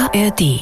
ARD.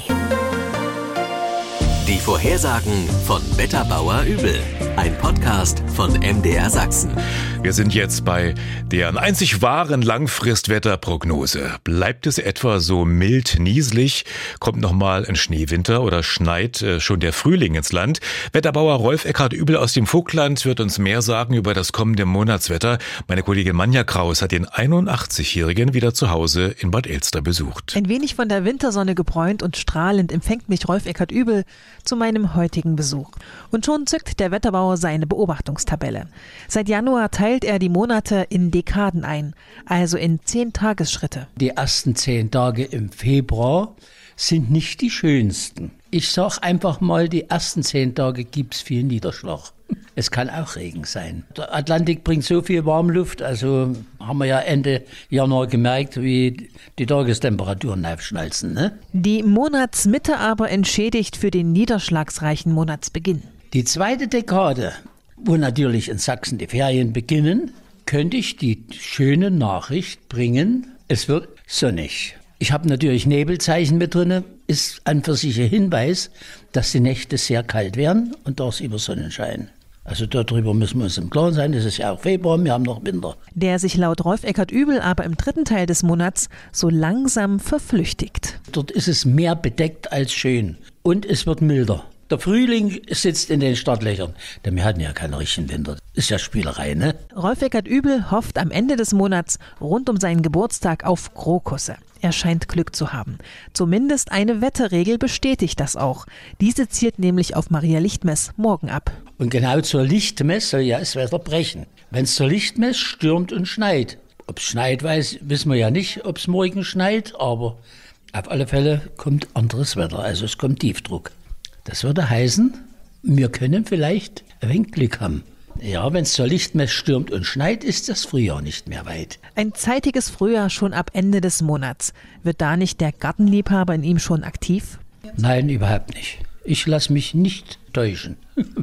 Die Vorhersagen von Wetterbauer Übel. Ein Podcast von MDR Sachsen. Wir sind jetzt bei der einzig wahren Langfristwetterprognose. Bleibt es etwa so mild nieselig? Kommt nochmal ein Schneewinter oder schneit schon der Frühling ins Land? Wetterbauer Rolf Eckhardt Übel aus dem Vogtland wird uns mehr sagen über das kommende Monatswetter. Meine Kollegin Manja Kraus hat den 81-Jährigen wieder zu Hause in Bad Elster besucht. Ein wenig von der Wintersonne gebräunt und strahlend empfängt mich Rolf Eckhardt Übel zu meinem heutigen Besuch. Und schon zückt der Wetterbauer seine Beobachtungstabelle. Seit Januar teilt er die Monate in Dekaden ein, also in 10 Tagesschritte. Die ersten 10 Tage im Februar sind nicht die schönsten. Ich sag einfach mal, die ersten 10 Tage gibt's viel Niederschlag. Es kann auch Regen sein. Der Atlantik bringt so viel Warmluft, also haben wir ja Ende Januar gemerkt, wie die Tagestemperaturen aufschnalzen, ne? Die Monatsmitte aber entschädigt für den niederschlagsreichen Monatsbeginn. Die zweite Dekade, wo natürlich in Sachsen die Ferien beginnen, könnte ich die schöne Nachricht bringen, es wird sonnig. Ich habe natürlich Nebelzeichen mit drin, ist an für sich ein Hinweis, dass die Nächte sehr kalt werden und tagsüber Sonnenschein. Also darüber müssen wir uns im Klaren sein, es ist ja auch Februar, wir haben noch Winter. Der sich laut Rolf Eckhardt Übel aber im 3. Teil des Monats so langsam verflüchtigt. Dort ist es mehr bedeckt als schön und es wird milder. Der Frühling sitzt in den Startlöchern, denn wir hatten ja keinen richtigen Winter. Ist ja Spielerei, ne? Rolf Eckhardt Übel hofft am Ende des Monats rund um seinen Geburtstag auf Krokusse. Er scheint Glück zu haben. Zumindest eine Wetterregel bestätigt das auch. Diese zielt nämlich auf Maria Lichtmess morgen ab. Und genau zur Lichtmess soll ja das Wetter brechen. Wenn es zur Lichtmess stürmt und schneit. Ob es schneit, wissen wir ja nicht, ob es morgen schneit, aber auf alle Fälle kommt anderes Wetter, also es kommt Tiefdruck. Das würde heißen, wir können vielleicht ein wenig Glück haben. Ja, wenn es zur Lichtmess stürmt und schneit, ist das Frühjahr nicht mehr weit. Ein zeitiges Frühjahr schon ab Ende des Monats. Wird da nicht der Gartenliebhaber in ihm schon aktiv? Nein, überhaupt nicht. Ich lasse mich nicht täuschen.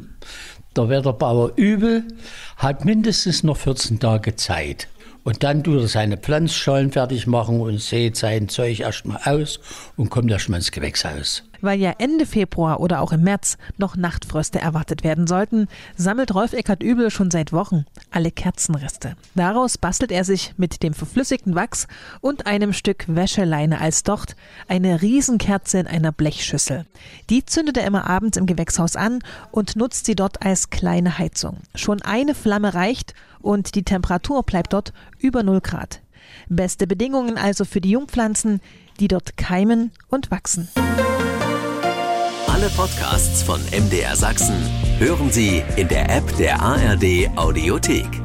Der Wetterbauer Übel hat mindestens noch 14 Tage Zeit. Und dann tut er seine Pflanzschalen fertig machen und sät sein Zeug erstmal aus und kommt erstmal ins Gewächshaus. Weil ja Ende Februar oder auch im März noch Nachtfröste erwartet werden sollten, sammelt Rolf Eckhardt Übel schon seit Wochen alle Kerzenreste. Daraus bastelt er sich mit dem verflüssigten Wachs und einem Stück Wäscheleine als Docht eine Riesenkerze in einer Blechschüssel. Die zündet er immer abends im Gewächshaus an und nutzt sie dort als kleine Heizung. Schon eine Flamme reicht und die Temperatur bleibt dort über 0 Grad. Beste Bedingungen also für die Jungpflanzen, die dort keimen und wachsen. Alle Podcasts von MDR Sachsen hören Sie in der App der ARD Audiothek.